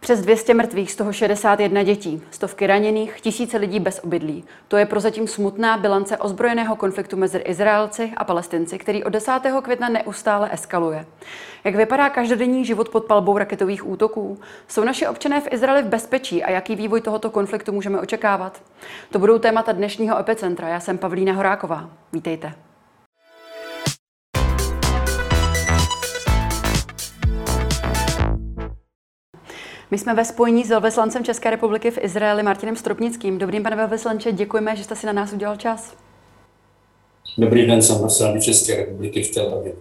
Přes 200 mrtvých, z toho 61 dětí, stovky raněných, tisíce lidí bez obydlí. To je prozatím smutná bilance ozbrojeného konfliktu mezi Izraelci a Palestinci, který od 10. května neustále eskaluje. Jak vypadá každodenní život pod palbou raketových útoků? Jsou naši občané v Izraeli v bezpečí a jaký vývoj tohoto konfliktu můžeme očekávat? To budou témata dnešního Epicentra. Já jsem Pavlína Horáková. Vítejte. My jsme ve spojení s velvyslancem České republiky v Izraeli Martinem Stropnickým. Dobrý den, pane velvyslanče, děkujeme, že jste si na nás udělal čas. Dobrý den, jsem ambasády České republiky v Tel Avivu.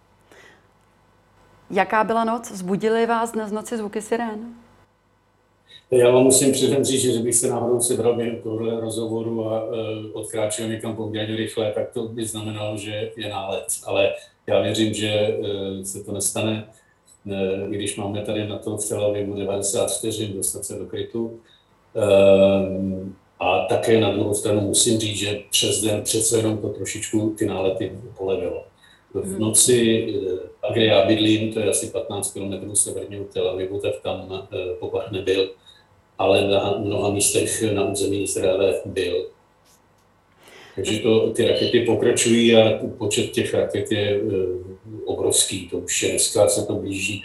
Jaká byla noc? Vzbudily vás dnes v noci zvuky sirén? Já vám musím předem říct, že kdybych se náhodou sebral během tohle rozhovoru a odkráčel někam poměrně rychle, tak to by znamenalo, že je nálet. Ale já věřím, že se to nestane, i když máme tady na to v Tel Avivu 90 vteřin dostat se do krytu. A také na druhou stranu musím říct, že přes den přece jenom to trošičku ty nálety polevilo. V noci, kde já bydlím, to je asi 15 km severně od Tel Avivu, tak tam poplach nebyl, ale na mnoha místech na území Izraele byl. Takže ty rakety pokračují a počet těch raket je obrovský. To už je dneska se to blíží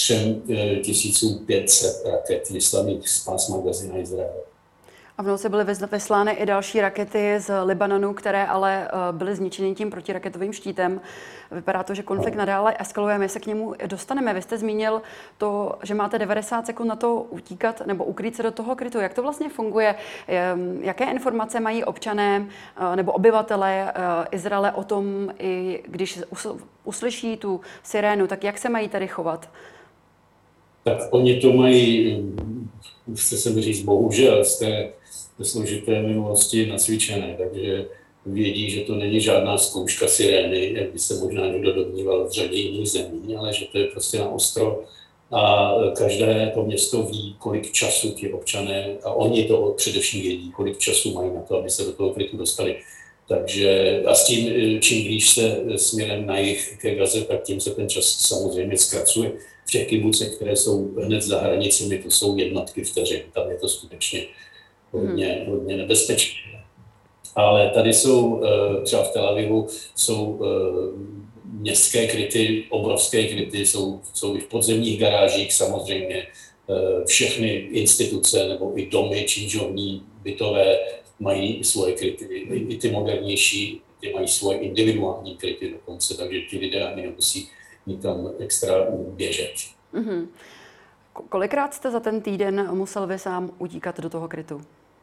3500 raket vyslaných z pásma Gazy na Izrael. A v noci byly vyslány i další rakety z Libanonu, které ale byly zničeny tím protiraketovým štítem. Vypadá to, že konflikt nadále eskaluje, my se k němu dostaneme. Vy jste zmínil to, že máte 90 sekund na to utíkat nebo ukrýt se do toho krytu. Jak to vlastně funguje? Jaké informace mají občané nebo obyvatelé Izraele o tom, i když uslyší tu sirénu, tak jak se mají tady chovat? Tak oni to mají, chce se mi říct, bohužel z té složité minulosti nacvičené, takže vědí, že to není žádná zkouška sirény, jak by se možná někdo domníval v řadě jiných zemí, ale že to je prostě na ostro a každé to město ví, kolik času ti občané, a oni to především vědí, kolik času mají na to, aby se do toho krytu dostali. Takže a s tím, čím blíž se směrem na jih ke Gaze, tak tím se ten čas samozřejmě zkracuje. V těch kibucech, které jsou hned za hranicemi, to jsou jednotky vteřin, tam je to skutečně hodně nebezpečné. Ale tady jsou, třeba v Tel Avivu, jsou městské kryty, obrovské kryty, jsou i v podzemních garážích samozřejmě. Všechny instituce nebo i domy, činžovní, bytové mají svoje kryty. I ty modernější, ty mají svoje individuální kryty dokonce, takže ti lidé ani nemusí nikam extra běžet. Mm-hmm. Kolikrát jste za ten týden musel vy sám utíkat do toho krytu?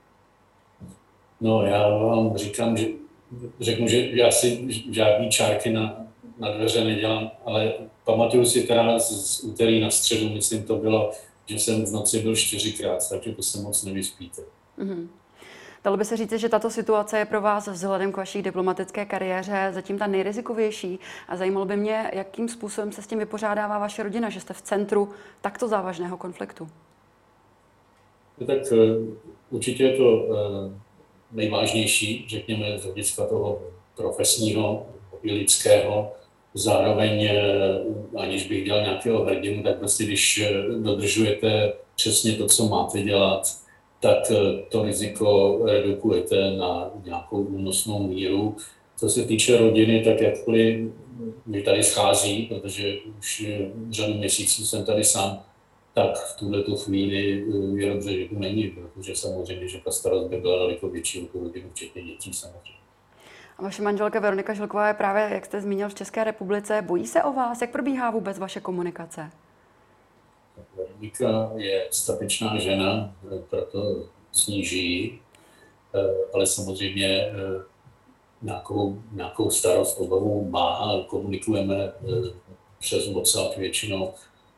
No, já vám řeknu, že já si žádný čárky na dveře nedělám, ale pamatuju si teda z úterý na středu, myslím to bylo, že jsem v noci byl 4krát, takže to se moc nevyspíte. Mm-hmm. Dalo by se říct, že tato situace je pro vás vzhledem k vaší diplomatické kariéře zatím ta nejrizikovější a zajímalo by mě, jakým způsobem se s tím vypořádává vaše rodina, že jste v centru takto závažného konfliktu. Tak určitě je to nejvážnější, řekněme, z hlediska toho profesního i lidského. Zároveň, aniž bych dělal nějakého hrdinu, tak prostě když dodržujete přesně to, co máte dělat, tak to riziko redukujete na nějakou únosnou míru. Co se týče rodiny, tak jakkoliv mi tady schází, protože už řadu měsíců jsem tady sám, tak v tuhletu chvíli je dobře, že tu není, protože samozřejmě, že ta starost by byla daleko větší o tu rodinu, včetně dětí samozřejmě. A vaše manželka Veronika Žilková je právě, jak jste zmínil, v České republice. Bojí se o vás? Jak probíhá vůbec vaše komunikace? Veronika je statečná žena, proto s ní žijí, ale samozřejmě nějakou starost, obavu má. Komunikujeme přes WhatsApp většinou,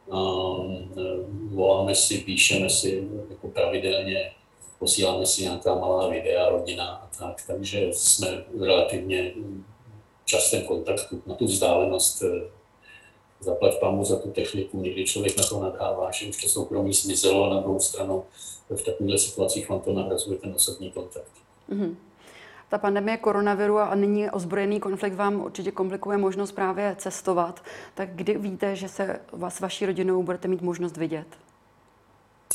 voláme si, píšeme si jako pravidelně, posíláme si nějaká malá videa, rodina a tak, takže jsme v relativně častém kontaktu. Na tu vzdálenost zaplať pánbůh za tu techniku, někdy člověk na to nadává, že už to soukromí zmizelo, a na druhou stranu v takovýchto situacích vám to nahrazuje ten osobní kontakt. Mm-hmm. Ta pandemie koronaviru a nyní ozbrojený konflikt vám určitě komplikuje možnost právě cestovat. Tak kdy víte, že se s vaší rodinou budete mít možnost vidět?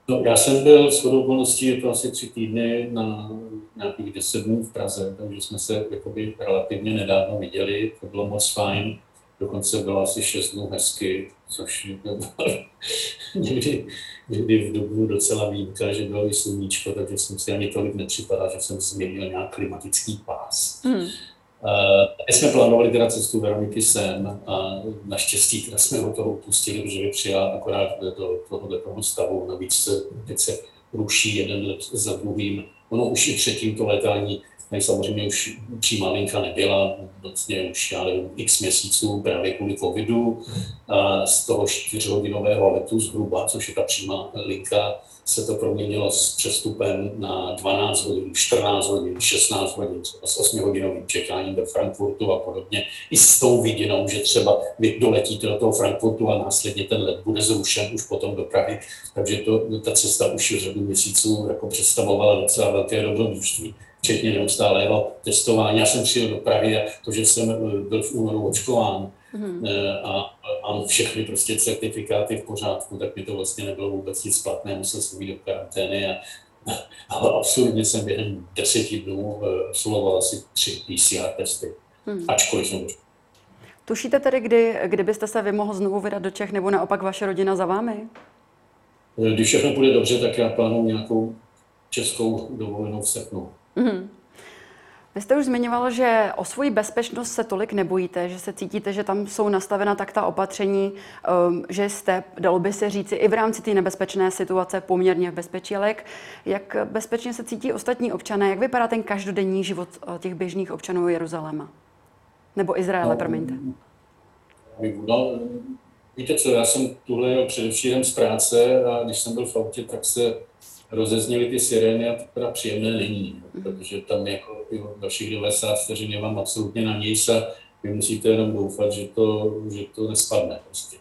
No, já jsem byl shodou okolností, je to asi 3 týdny na nějakých 10 dnů v Praze, takže jsme se jakoby relativně nedávno viděli, to bylo moc fajn. Dokonce bylo asi 6 dnů hezky, což bylo někdy v dubnu docela výjimka, že bylo i sluníčko, takže jsem si ani tolik nepřipadal, že jsem změnil nějak klimatický pás. My jsme plánovali teda cestu Veroniky sem a naštěstí teda jsme ho toho upustili, protože by přijela akorát do tohoto stavu. Navíc teď se ruší jeden let za druhým. Ono už i předtím to létání, tak samozřejmě už přímá linka nebyla, vlastně už já nevím, x měsíců právě kvůli covidu. A z toho 4hodinového letu zhruba, což je ta přímá linka, se to proměnilo s přestupem na 12 hodin, 14 hodin, 16 hodin, s 8hodinovým čekáním do Frankfurtu a podobně. I s tou vidinou, že třeba vy doletíte do toho Frankfurtu a následně ten let bude zrušen už potom do Prahy. Takže ta cesta už řadu měsíců jako představovala docela velké dobrodružství, včetně neustálého testování. Já jsem přijel do Prahy a to, že jsem byl v únoru očkován, a mám všechny prostě certifikáty v pořádku, tak mi to vlastně nebylo vůbec nic platné, musel jsem jít do karantény ale absolutně jsem během 10 dnů absolvoval asi 3 PCR testy, ačkoliv jsem už. Tušíte tedy, kdy byste se vy mohl znovu vydat do Čech, nebo naopak vaše rodina za vámi? Když všechno půjde dobře, tak já plánuji nějakou českou dovolenou v srpnu. Vy jste už zmiňoval, že o svoji bezpečnost se tolik nebojíte, že se cítíte, že tam jsou nastavena tak ta opatření, že jste, dalo by se říci, i v rámci té nebezpečné situace poměrně v bezpečí. Ale jak bezpečně se cítí ostatní občané? Jak vypadá ten každodenní život těch běžných občanů Jeruzaléma? Nebo Izraele, promiňte. No, víte co, já jsem tuhle jel především z práce a když jsem byl v autě, tak se rozezněly ty sirény a to teda příjemné není, protože tam jako dalších 90 vteřin je vám absolutně na níž a vy musíte jenom doufat, že to nespadne prostě.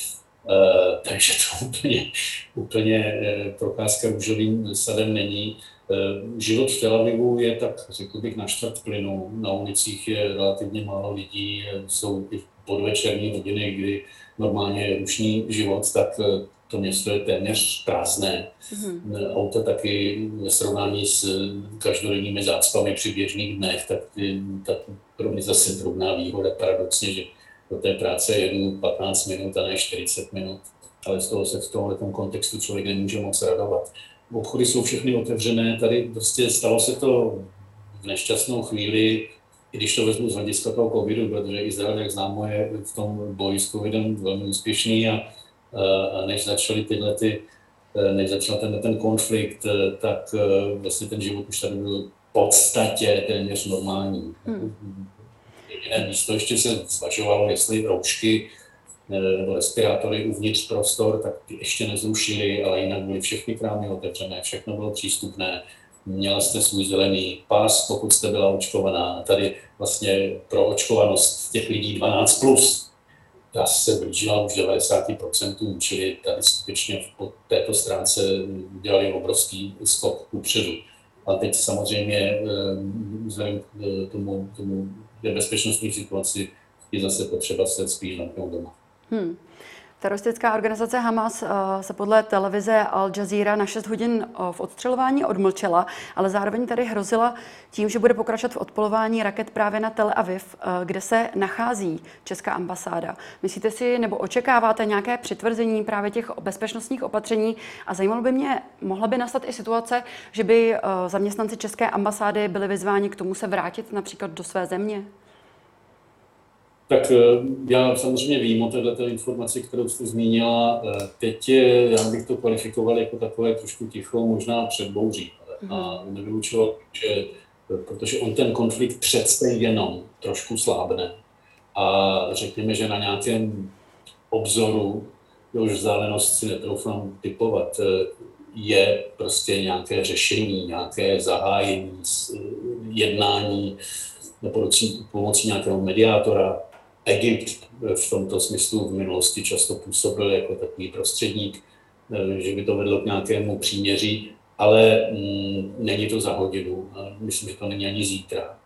Takže to úplně procházka růžovým sadem není. Život v Tel Avivu je tak, řekl bych, na čtvrt plynu. Na ulicích je relativně málo lidí, jsou i podvečerní hodiny, kdy normálně je rušný život, tak to město je téměř prázdné. Auta taky ve srovnání s každodenními zácpami při běžných dnech, tak pro mě zase drobná výhoda, paradoxně, že do té práce jedu 15 minut a ne 40 minut, ale z toho se v tomhletom kontextu člověk nemůže moc radovat. Obchody jsou všechny otevřené, tady prostě stalo se to v nešťastnou chvíli, i když to vezmu z hlediska toho covidu, protože Izrael, jak známo, je v tom boji s covidem velmi úspěšný a než začal ten konflikt, tak vlastně ten život už tady byl v podstatě téměř normální. Jediné místo ještě se zvažovalo, jestli roušky nebo respirátory uvnitř prostor, tak ty ještě nezrušili, ale jinak byly všechny krámy otevřené, všechno bylo přístupné. Měla jste svůj zelený pas, pokud jste byla očkovaná. Tady vlastně pro očkovanost těch lidí 12+, ta se blížila už 90%, čili tady skutečně po této stránce udělali obrovský skok kupředu. Ale teď samozřejmě vzhledem k tomu bezpečnostní situaci je zase potřeba se spíš napnout doma. Teroristická organizace Hamas se podle televize Al Jazeera na 6 hodin v odstřelování odmlčela, ale zároveň tady hrozila tím, že bude pokračovat v odpalování raket právě na Tel Aviv, kde se nachází česká ambasáda. Myslíte si, nebo očekáváte nějaké přitvrzení právě těch bezpečnostních opatření? A zajímalo by mě, mohla by nastat i situace, že by zaměstnanci české ambasády byli vyzváni k tomu se vrátit například do své země? Tak já samozřejmě vím o této informaci, kterou jste zmínila. Teď já bych to kvalifikoval jako takové trošku ticho, možná před bouří. A nevylučoval, že protože on ten konflikt přece jenom trošku slábne. A řekněme, že na nějakém obzoru, jehož vzdálenost si netroufám typovat, je prostě nějaké řešení, nějaké zahájení, jednání pomocí nějakého mediátora. Egypt v tomto smyslu v minulosti často působil jako takový prostředník, že by to vedlo k nějakému příměří, ale není to za hodinu. Myslím, že to není ani zítra.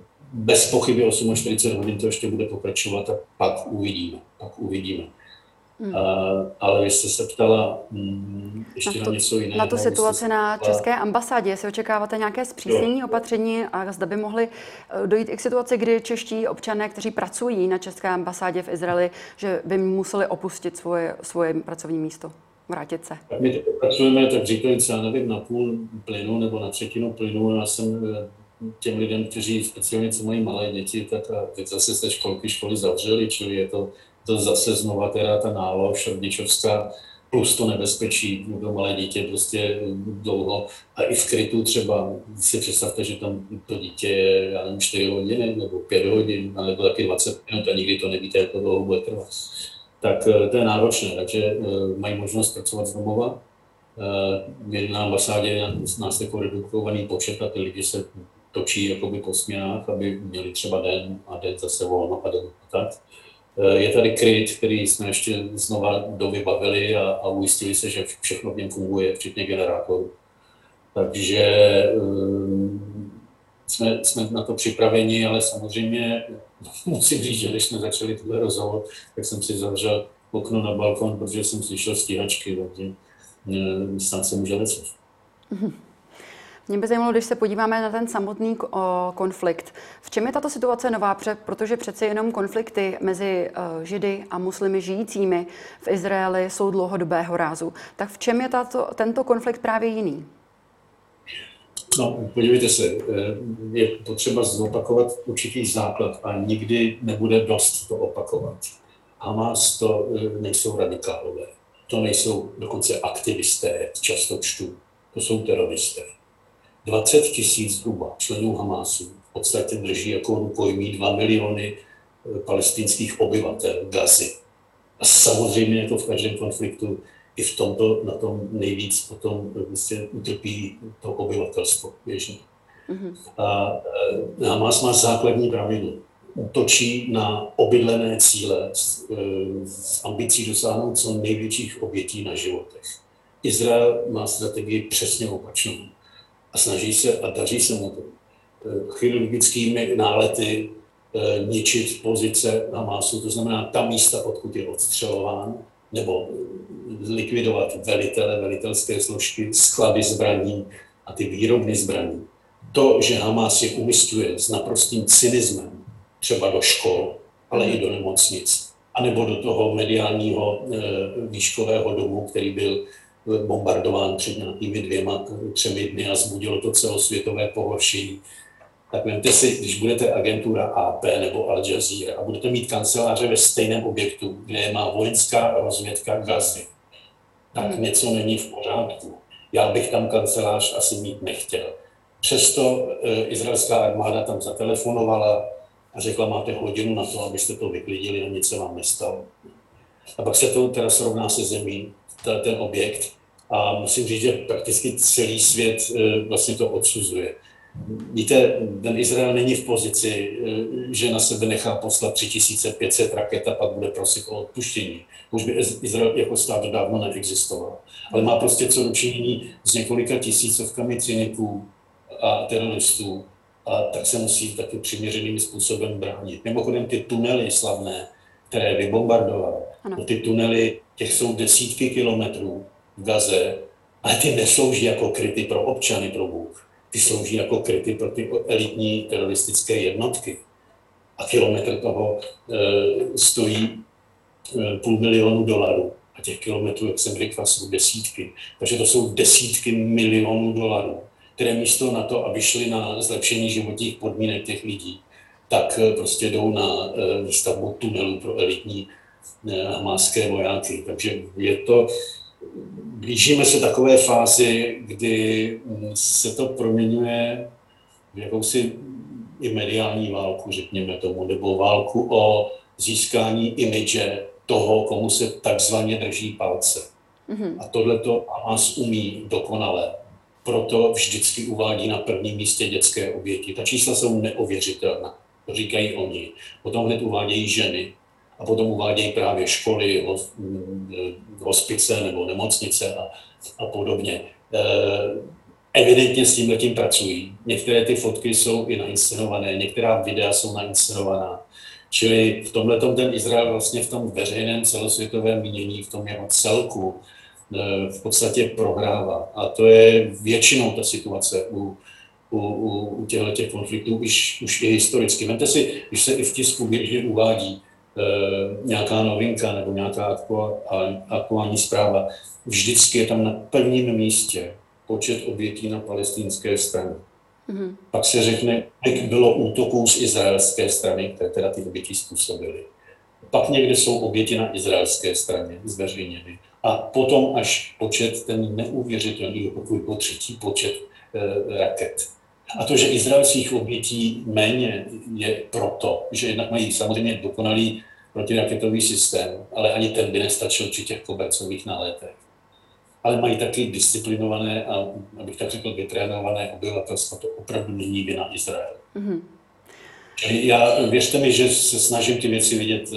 Bez pochyby 48 hodin to ještě bude pokračovat a pak uvidíme. Ale vy jste se ptala ještě na něco jiného. Na tu situaci na české ambasádě. Jestli očekáváte nějaké zpřísnění opatření a zda by mohly dojít i k situaci, kdy čeští občané, kteří pracují na české ambasádě v Izraeli, že by museli opustit svoje pracovní místo, vrátit se? Tak my pracujeme, tak říkajíc, já nevím, na půl plynu nebo na třetinu plynu. Já jsem těm lidem, kteří speciálně co mají malé děti, tak a teď zase se školy zavřely, čili je to zase znova teda ta nálož rodičovská plus to nebezpečí, to malé dítě prostě dlouho a i v krytu třeba si představte, že tam to dítě je, já nevím, 4 hodiny nebo 5 hodin, nebo taky 20 minut a nikdy to nevíte, jak to dlouho bude trvat. Tak to je náročné, takže mají možnost pracovat z domova. Na ambasádě nás jako redukovaný počet a ty lidi se točí jakoby po směnách, aby měli třeba den a den zase volno a den a tak. Je tady kryt, který jsme ještě znova dovybavili a ujistili se, že všechno v něm funguje, včetně generátorů. Takže jsme na to připraveni, ale samozřejmě musím říct, že když jsme začali tuhle rozhovor, tak jsem si zavřel okno na balkon, protože jsem slyšel stíhačky, takže snad se může lecet. Mě by zajímalo, když se podíváme na ten samotný konflikt. V čem je tato situace nová? Protože přeci jenom konflikty mezi Židy a muslimy žijícími v Izraeli jsou dlouhodobého rázu. Tak v čem je tento konflikt právě jiný? No, podívejte se, je potřeba zopakovat určitý základ a nikdy nebude dost to opakovat. Hamas to nejsou radikálové, to nejsou dokonce aktivisté, často čtu, to jsou teroristé. 20 000 zhruba členů Hamasu v podstatě drží jako rukojmí 2 miliony palestinských obyvatel Gazy. A samozřejmě je to v každém konfliktu, i v tomto, na tom nejvíc potom vlastně utrpí to obyvatelstvo běžně. A Hamas má základní pravidlo. Útočí na obydlené cíle s ambicí dosáhnout co největších obětí na životech. Izrael má strategii přesně opačnou. A snaží se a daří se mu to chirurgickými nálety ničit pozice Hamasu, to znamená ta místa, odkud je odstřelován, nebo likvidovat velitelské složky, sklady zbraní a ty výrobny zbraní. To, že Hamas je umísťuje s naprostým cynismem třeba do škol, ale i do nemocnic, anebo do toho mediálního výškového domu, který byl bombardován před nějakými 2-3 dny a vzbudilo to celosvětové pohoršení. Tak vemte si, když budete agentura AP nebo Al Jazeera a budete mít kanceláře ve stejném objektu, kde má vojenská rozvědka Gazy, tak něco není v pořádku. Já bych tam kancelář asi mít nechtěl. Přesto izraelská armáda tam zatelefonovala a řekla, máte hodinu na to, abyste to vyklidili a nic se vám nestalo. A pak se to teda srovná se zemí, ten objekt. A musím říct, že prakticky celý svět vlastně to odsuzuje. Víte, ten Izrael není v pozici, že na sebe nechá poslat 3500 raket a pak bude prosit o odpuštění. Už by Izrael jako stát dávno neexistoval. Ale má prostě co dočinění s několika tisícovkami cyniků a teroristů. A tak se musí taky přiměřeným způsobem bránit. Mimochodem ty tunely slavné, které vybombardoval, ty tunely, těch jsou desítky kilometrů v Gaze, ale ty neslouží jako kryty pro občany, pro Bůh. Ty slouží jako kryty pro ty elitní teroristické jednotky. A kilometr toho stojí $500 000. A těch kilometrů, jak jsem řekl, jsou desítky. Takže to jsou desítky milionů dolarů, které místo na to, aby šly na zlepšení životních podmínek těch lidí, tak prostě jdou na výstavbu tunelů pro elitní hamáské vojáky. Takže je to, blížíme se takové fázi, kdy se to proměňuje v jakousi i mediální válku, řekněme tomu, nebo válku o získání imidže toho, komu se takzvaně drží palce. A tohleto Hamas umí dokonale. Proto vždycky uvádí na prvním místě dětské oběti. Ta čísla jsou neověřitelná, to říkají oni. Potom hned uvádějí ženy a potom uvádějí právě školy, hospice nebo nemocnice a podobně. Evidentně s tímhletím pracují. Některé ty fotky jsou i nainscenované, některá videa jsou nainscenovaná. Čili v tomhletom ten Izrael vlastně v tom veřejném celosvětovém mínění, v tom jeho celku v podstatě prohrává. A to je většinou ta situace u těchto konfliktů už i historicky. Vemte si, když se i v tisku běžně uvádí nějaká novinka nebo nějaká aktuální zpráva, vždycky je tam na prvním místě počet obětí na palestinské straně. Mm-hmm. Pak se řekne, jak bylo útoků z izraelské strany, které teda ty oběti způsobily. Pak někde jsou oběti na izraelské straně zveřejněny. A potom až počet, ten neuvěřitelný, po třetí počet raket. A to, že izraelských obětí méně, je proto, že jednak mají samozřejmě dokonalý protiraketový systém, ale ani ten by nestačil při těch kobercových náletech. Ale mají taky disciplinované a, abych tak řekl, vytrénované obyvatelstvo. To opravdu není vina Izraele. Mm-hmm. Věřte mi, že se snažím ty věci vidět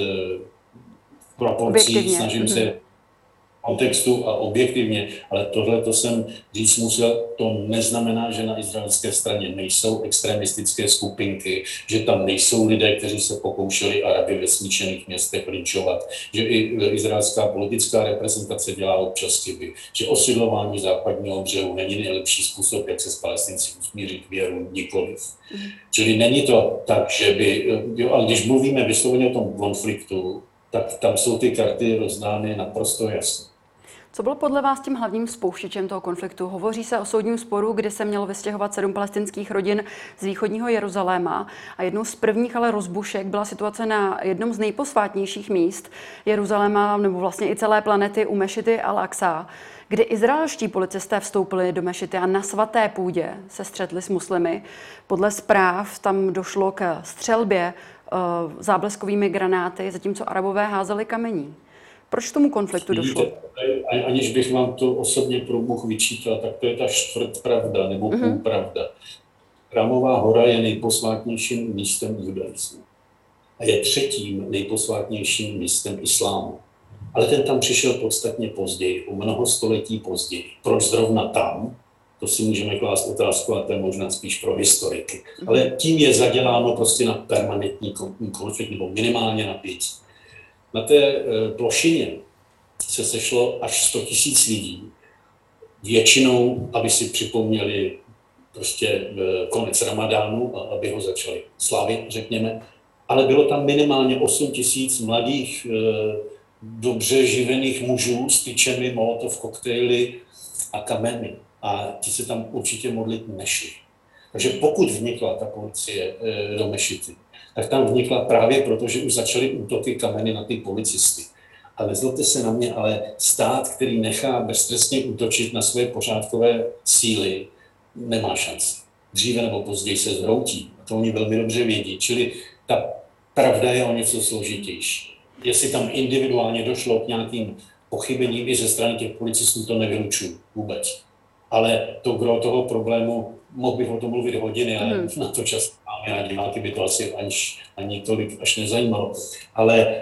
v proporcích, snažím se kontextu a objektivně, ale tohle to jsem říct musel, to neznamená, že na izraelské straně nejsou extremistické skupinky, že tam nejsou lidé, kteří se pokoušeli Araby ve smíšených městech lynčovat, že i izraelská politická reprezentace dělá občas chyby, že osidlování západního břehu není nejlepší způsob, jak se s Palestinci usmířit, věru nikoliv. Čili není to tak, že by, ale když mluvíme vysloveně o tom konfliktu, tak tam jsou ty karty rozdány naprosto jasně. Co bylo podle vás tím hlavním spouštěčem toho konfliktu? Hovoří se o soudním sporu, kdy se mělo vystěhovat 7 palestinských rodin z východního Jeruzaléma a jednou z prvních ale rozbušek byla situace na jednom z nejposvátnějších míst Jeruzaléma nebo vlastně i celé planety u mešity Al-Aqsa, kdy izraelští policisté vstoupili do mešity a na svaté půdě se střetli s muslimy. Podle zpráv tam došlo k střelbě zábleskovými granáty, zatímco Arabové házeli kamení. Proč k tomu konfliktu došlo? Aniž bych vám to osobně mohl vyčítat, tak to je ta čtvrtpravda nebo půlpravda. Chrámová hora je nejposvátnějším místem judaismu a je třetím nejposvátnějším místem islámu. Ale ten tam přišel podstatně později, o mnoho století později. Proč zrovna tam? To si můžeme klást otázku, a to je možná spíš pro historiky. Ale tím je zaděláno prostě na permanentní konflikt nebo minimálně napětí. Na té plošině se sešlo až 100 000 lidí. Většinou, aby si připomněli prostě konec Ramadánu a aby ho začali slavit, řekněme. Ale bylo tam minimálně 8 000 mladých, dobře živených mužů s tyčemi, molotov koktejly a kameny. A ti se tam určitě modlit nešli. Takže pokud vnikla ta policie do mešity, tak tam vnikla právě proto, že už začaly útoky kameny na ty policisty. A nezlobte se na mě, ale stát, který nechá beztrestně útočit na své pořádkové síly, nemá šanci. Dříve nebo později se zhroutí. A to oni velmi dobře vědí. Čili ta pravda je o něco složitější. Jestli tam individuálně došlo k nějakým pochybením i ze strany těch policistů, to nevylučuju vůbec. Ale to gro toho problému, mohl bych o tom mluvit hodiny, ale na to čas máme a diváky by to asi ani tolik až nezajímalo. Ale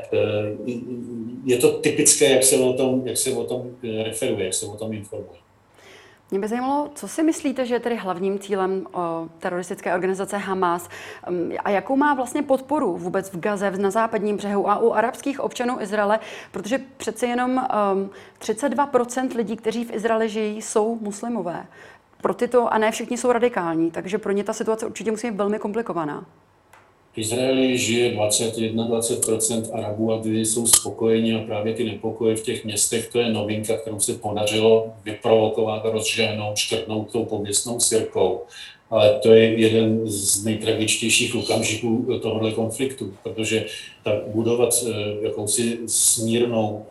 je to typické, jak se o tom referuje, jak se o tom informuje. Mě by zajímalo, co si myslíte, že je tedy hlavním cílem teroristické organizace Hamas a jakou má vlastně podporu vůbec v Gaze, na západním břehu a u arabských občanů Izraele, protože přece jenom 32% lidí, kteří v Izraeli žijí, jsou muslimové. Pro tyto, a ne všichni jsou radikální, takže pro ně ta situace určitě musí být velmi komplikovaná. V Izraeli žije 21% Arabů a ty jsou spokojeni a právě ty nepokoje v těch městech, to je novinka, kterou se podařilo vyprovokovat, rozžehnout, škrtnout tou pověstnou sirkou. Ale to je jeden z nejtragičtějších okamžiků tohoto konfliktu, protože tak budovat jakousi smírnou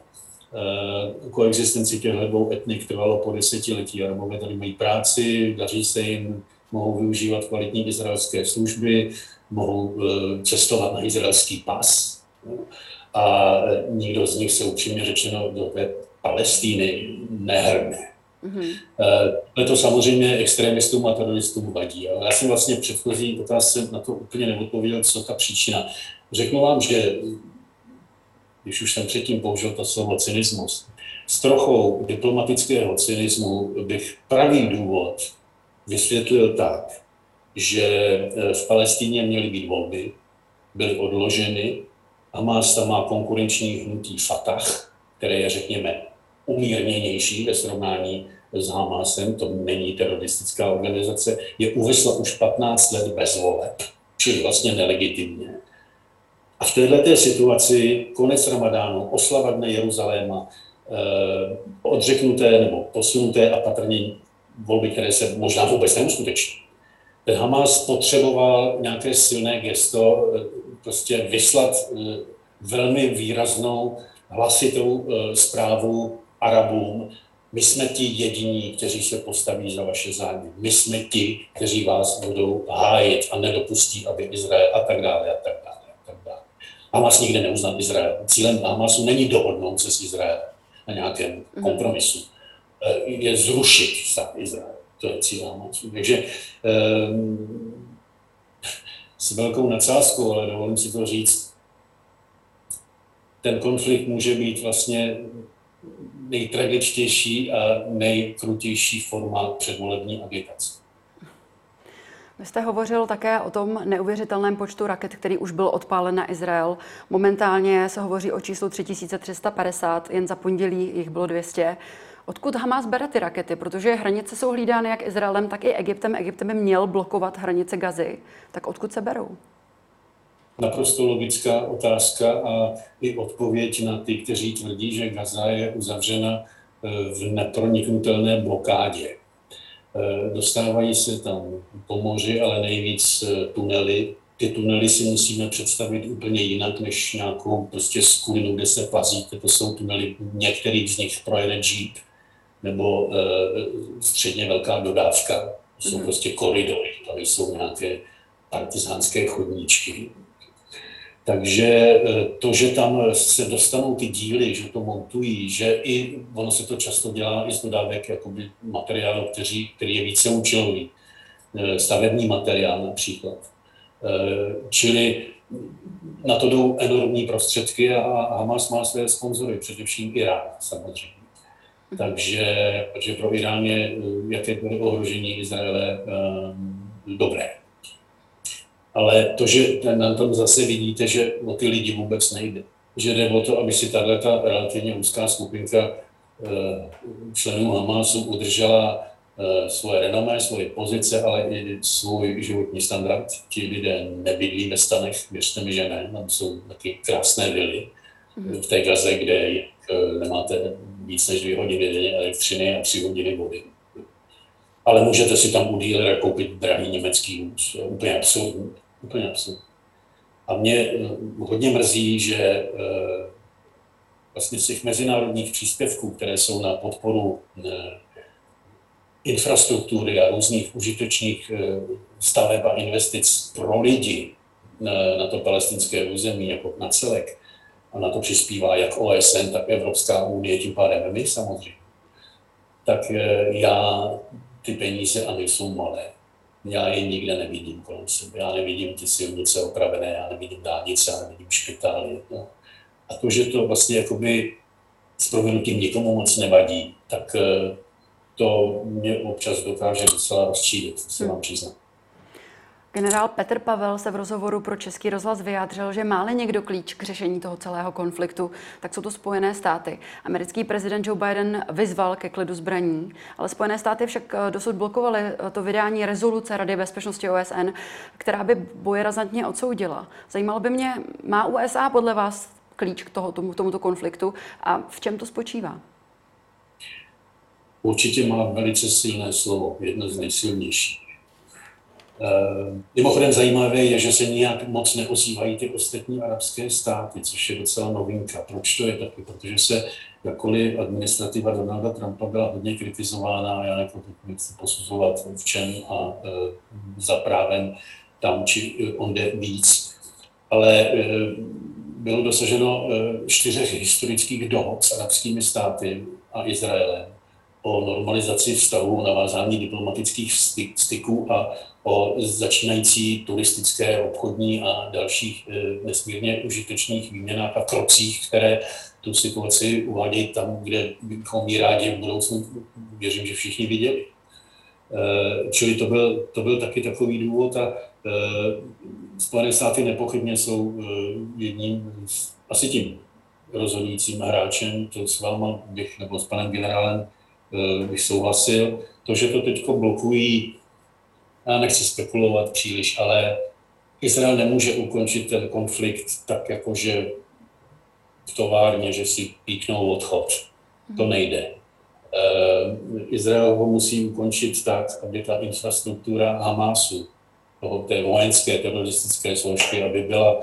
koexistenci těchto dvou etnik trvalo po desetiletí. Arabové tady mají práci, daří se jim, mohou využívat kvalitní izraelské služby, mohou cestovat na izraelský pas a nikdo z nich se upřímně řečeno do té Palestíny nehrne. To samozřejmě extremistům a teroristům vadí. Ale já jsem vlastně v předchozí otázce na to úplně neodpověděl, co ta příčina. Řeknu vám, že když už jsem předtím použil to slovo cynismus, s trochou diplomatického cynismu bych pravý důvod vysvětlil tak, že v Palestíně měly být volby, byly odloženy Hamas tam má konkurenční hnutí Fatah, které je, řekněme, umírněnější ve srovnání s Hamasem, to není teroristická organizace, je uvisla už 15 let bez voleb, čili vlastně nelegitimně. A v této situaci konec Ramadánu, oslava Dne Jeruzaléma, odřeknuté nebo posunuté a patrně volby, které se možná vůbec neuskuteční. Ten Hamas potřeboval nějaké silné gesto, prostě vyslat velmi výraznou, hlasitou zprávu Arabům. My jsme ti jediní, kteří se postaví za vaše zájmy. My jsme ti, kteří vás budou hájit a nedopustí, aby Izrael a tak dále, a tak dále, a tak dále. Hamas nikdy neuznal Izrael. Cílem Hamasu není dohodnout se s Izraelem na nějakém kompromisu. Je zrušit stát Izrael. To je cíl Hamasu. Takže s velkou nadsázkou, ale dovolím si to říct, ten konflikt může být vlastně nejtragičtější a nejkrutější forma předvolební agitace. Vy jste hovořil také o tom neuvěřitelném počtu raket, který už byl odpálen na Izrael. Momentálně se hovoří o číslu 3350, jen za pondělí jich bylo 200. Odkud Hamas bere ty rakety? Protože hranice jsou hlídány jak Izraelem, tak i Egyptem. Egyptem by měl blokovat hranice Gazy. Tak odkud se berou? Naprosto logická otázka a i odpověď na ty, kteří tvrdí, že Gaza je uzavřena v neproniknutelné blokádě. Dostávají se tam po moři, ale nejvíc tunely. Ty tunely si musíme představit úplně jinak, než nějakou prostě skulinu, kde se plazíte. To jsou tunely, některých z nich projede jeep, nebo středně velká dodávka. To jsou prostě koridory, tady jsou nějaké partizánské chodníčky. Takže to, že tam se dostanou ty díly, že to montují, že i ono se to často dělá i z dodávek jakoby materiálu, který je víceúčelový, stavební materiál například. Čili na to jdou enormní prostředky a Hamas má své sponzory, především Irán samozřejmě. Takže pro Irán je jakékoliv ohrožení Izraele dobré. Ale to, že na tom zase vidíte, že o ty lidi vůbec nejde. Že jde o to, aby si tato relativně úzká skupinka členů Hamasu udržela svoje renomé, svoje pozice, ale i svůj životní standard. Ti lidé nebydlí ve stanech, věřte mi, že ne. Tam jsou taky krásné vily v té Gaze, kde nemáte víc než 2 hodiny denně elektřiny a 3 hodiny vody. Ale můžete si tam u dealera koupit drahý německý vůz. Úplně absurdní. Úplně absurdní. A mě hodně mrzí, že vlastně z těch mezinárodních příspěvků, které jsou na podporu infrastruktury a různých užitečných staveb a investic pro lidi na to palestinské území jako na celek, a na to přispívá jak OSN, tak Evropská unie, tím pádem my samozřejmě, tak já ty peníze, a nejsou malé, já je nikde nevidím kolem sebe. Já nevidím ty silnice opravené, já nevidím dálnice, já nevidím špitály. No. A to, že to vlastně jakoby s prominutím nikomu moc nevadí, tak to mě občas dokáže docela rozčílit, se vám přiznám. Generál Petr Pavel se v rozhovoru pro Český rozhlas vyjádřil, že má-li někdo klíč k řešení toho celého konfliktu, tak jsou to Spojené státy. Americký prezident Joe Biden vyzval ke klidu zbraní, ale Spojené státy však dosud blokovaly to vydání rezoluce Rady bezpečnosti OSN, která by boje razantně odsoudila. Zajímalo by mě, má USA podle vás klíč k tomuto konfliktu a v čem to spočívá? Určitě má velice silné slovo, jedno z nejsilnějších. Mimochodem zajímavé je, že se nijak moc neozývají ty ostatní arabské státy, což je docela novinka. Proč to je taky? Protože se jakkoliv administrativa Donalda Trumpa byla hodně kritizována, já nechci posuzovat v čem a za právem tam či onde víc, ale bylo dosaženo 4 historických dohod s arabskými státy a Izraelem o normalizaci vztahů, navázání diplomatických styků a o začínající turistické, obchodní a dalších nesmírně užitečných výměnách a krocích, které tu situaci uvádějí tam, kde bychom ji rádi v budoucnu, věřím, že všichni viděli. Čili to byl taky takový důvod a Spojené státy nepochybně jsou jedním, asi tím rozhodujícím hráčem, to s váma nebo s panem generálem bych souhlasil. To, že to teď blokují, já nechci spekulovat příliš, ale Izrael nemůže ukončit ten konflikt tak, jakože v továrně, že si píknou odchod. To nejde. Izrael ho musí ukončit tak, aby ta infrastruktura Hamásu, té vojenské teroristické složky, aby byla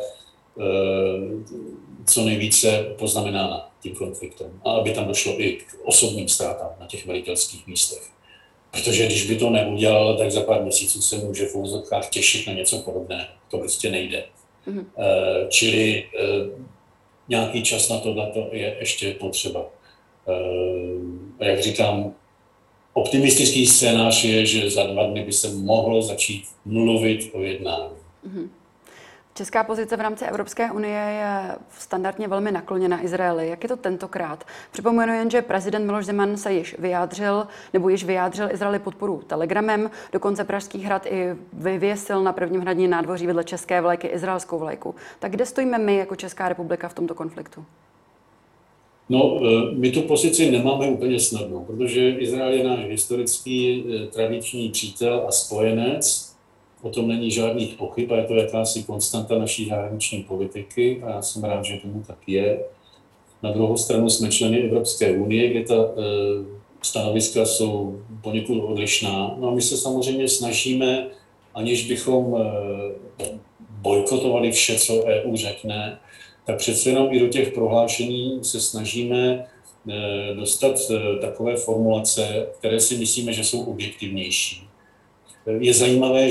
co nejvíce poznamenána tím konfliktem a aby tam došlo i k osobním ztrátám na těch velitelských místech. Protože když by to neudělal, tak za pár měsíců se může v úvozovkách těšit na něco podobného. To prostě nejde. Čili nějaký čas na tohleto je ještě potřeba. Jak říkám, optimistický scénář je, že za 2 dny by se mohlo začít mluvit o jednání. Česká pozice v rámci Evropské unie je standardně velmi nakloněna Izraeli. Jak je to tentokrát? Připomenu jen, že prezident Miloš Zeman se již vyjádřil Izraeli podporu telegramem. Dokonce Pražský hrad i vyvěsil na prvním hradním nádvoří vedle české vlajky izraelskou vlajku. Tak kde stojíme my jako Česká republika v tomto konfliktu? No, my tu pozici nemáme úplně snadnou, protože Izrael je náš historický tradiční přítel a spojenec. O tom není žádných pochyb a je to jakási konstanta naší zahraniční politiky a já jsem rád, že tomu tak je. Na druhou stranu jsme členy Evropské unie, kde ta stanoviska jsou poněkud odlišná. No a my se samozřejmě snažíme, aniž bychom bojkotovali vše, co EU řekne, tak přece jenom i do těch prohlášení se snažíme dostat takové formulace, které si myslíme, že jsou objektivnější. Je zajímavé,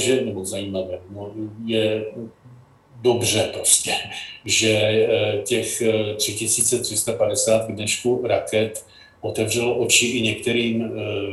je dobře prostě, že těch 3350 k dnešku raket otevřelo oči i některým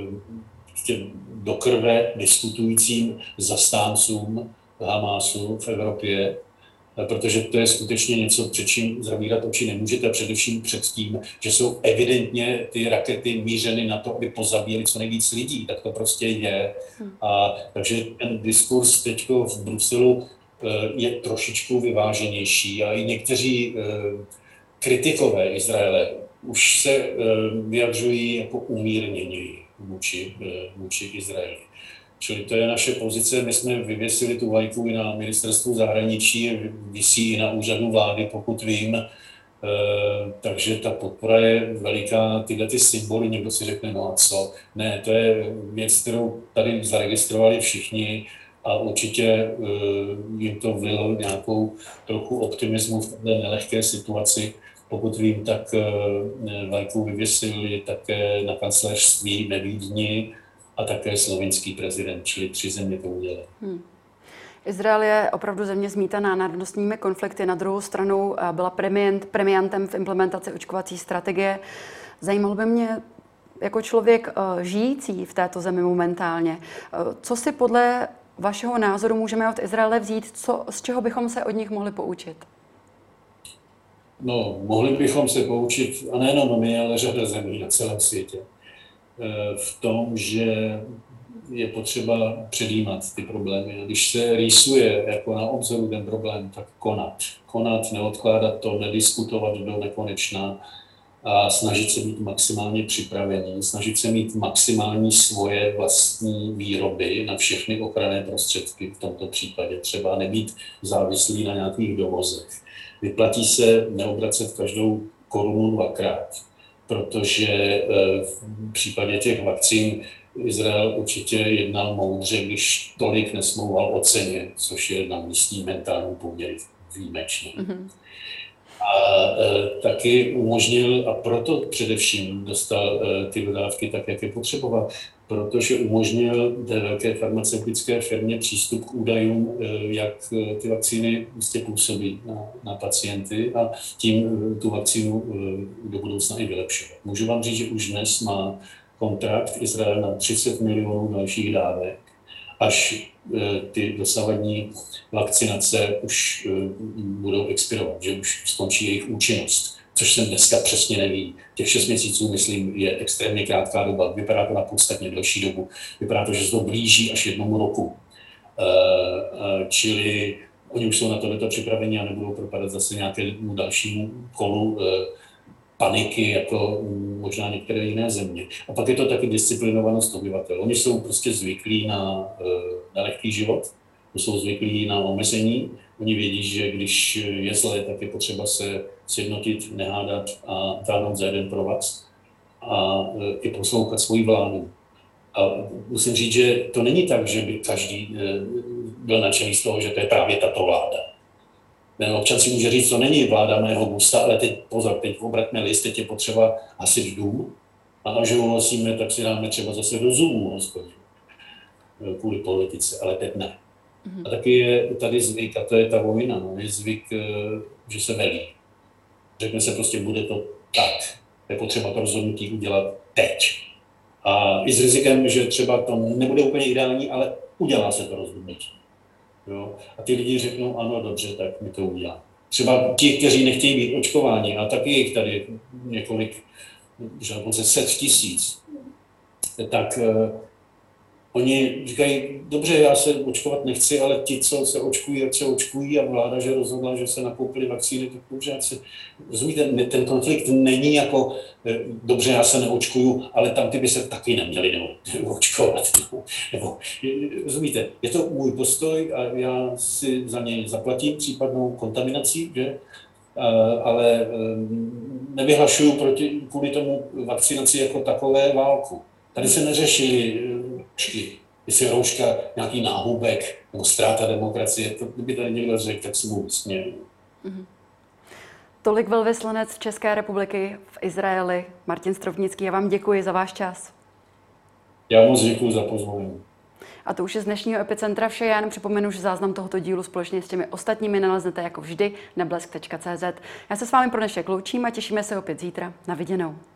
do krve diskutujícím zastáncům Hamásu v Evropě, protože to je skutečně něco, před čím zavírat oči nemůžete, především před tím, že jsou evidentně ty rakety mířeny na to, aby pozabíjeli co nejvíc lidí, tak to prostě je. A takže ten diskurs teď v Bruselu je trošičku vyváženější a i někteří kritikové Izraele už se vyjadřují jako umírněněji vůči Izraeli. Čili to je naše pozice. My jsme vyvěsili tu vlajku i na ministerstvu zahraničí, visí i na úřadu vlády, pokud vím. Takže ta podpora je veliká. Tyhle ty symboly, někdo si řekne, no a co? Ne, to je věc, kterou tady zaregistrovali všichni a určitě jim to vlilo nějakou trochu optimismu v této nelehké situaci. Pokud vím, tak vlajku vyvěsili také na kancléřství ve Vídni a také slovinský prezident, čili 3 země to udělaly. Izrael je opravdu země zmítaná národnostními konflikty. Na druhou stranu byla premiantem v implementaci očkovací strategie. Zajímalo by mě, jako člověk žijící v této zemi momentálně, co si podle vašeho názoru můžeme od Izraele vzít, z čeho bychom se od nich mohli poučit? No, mohli bychom se poučit, a nejenom my, ale řada zemí na celém světě, v tom, že je potřeba předjímat ty problémy. A když se rýsuje jako na obzoru ten problém, tak konat, neodkládat to, nediskutovat do nekonečna a snažit se být maximálně připravený, snažit se mít maximální svoje vlastní výroby na všechny ochranné prostředky, v tomto případě třeba nebýt závislý na nějakých dovozech. Vyplatí se neobracet každou korunu 2krát, protože v případě těch vakcín Izrael určitě jednal moudře, když tolik nesmlouval o ceně, což je na místní mentální poměr výjimečné. A taky umožnil, a proto především dostal ty dodávky tak, jak je potřeboval, protože umožnil té velké farmaceutické firmě přístup k údajům, jak ty vakcíny působí na pacienty a tím tu vakcínu do budoucna i vylepšovat. Můžu vám říct, že už dnes má kontrakt Izrael na 30 milionů dalších dávek, až ty dosavadní vakcinace už budou expirovat, že už skončí jejich účinnost. což se dneska přesně neví. Těch 6 měsíců, myslím, je extrémně krátká doba. Vypadá to na podstatně delší dobu. Vypadá to, že se to blíží až 1 roku. Čili oni už jsou na tohleto připraveni a nebudou propadat zase nějakému dalšímu kolu paniky, jako možná některé jiné země. A pak je to taky disciplinovanost obyvatel. Oni jsou prostě zvyklí na lehký život, jsou zvyklí na omezení. Oni vědí, že když je zlé, tak je potřeba se sjednotit, nehádat a táhnout za jeden provaz a i poslouchat svoji vládu. A musím říct, že to není tak, že by každý byl nadšený z toho, že to je právě tato vláda. Ten občan si může říct, to není vláda mého gusta, ale teď pozor, teď obratme list, teď je potřeba hasit dům. A až ho unosíme, tak si dáme třeba zase do Zoomu, hospodin, kvůli politice, ale teď ne. A taky je tady zvyk, a to je ta vojna, no, je zvyk, že se velí. Řekne se prostě, bude to tak. Je potřeba to rozhodnutí udělat teď. A i s rizikem, že třeba to nebude úplně ideální, ale udělá se to rozhodnutí. Jo? A ty lidi řeknou, ano, dobře, tak my to uděláme. Třeba ti, kteří nechtějí být očkováni, a taky jich tady několik, že dokonce 100 000, tak oni říkají, dobře, já se očkovat nechci, ale ti, co se očkují, jak se očkují a vláda, že rozhodla, že se nakoupili vakcíny, tak dobře, rozumíte, ten konflikt není jako, dobře, já se neočkuju, ale tam ty by se taky neměli očkovat. Nebo, rozumíte, je to můj postoj a já si za něj zaplatím případnou kontaminací, že? Ale nevyhlašuju kvůli tomu vakcinaci jako takové válku. Tady se neřešili jestli rouška, nějaký náhubek nebo ztráta demokracie. To, kdyby tady někdo řekl, tak si mu vysměl. Tolik velvyslanec České republiky v Izraeli Martin Stropnický. Já vám děkuji za váš čas. Já moc děkuji za pozvání. A to už je z dnešního Epicentra vše. Já jen připomenu, že záznam tohoto dílu společně s těmi ostatními naleznete jako vždy na blesk.cz. Já se s vámi pro dnešek loučím a těšíme se opět zítra. Na viděnou.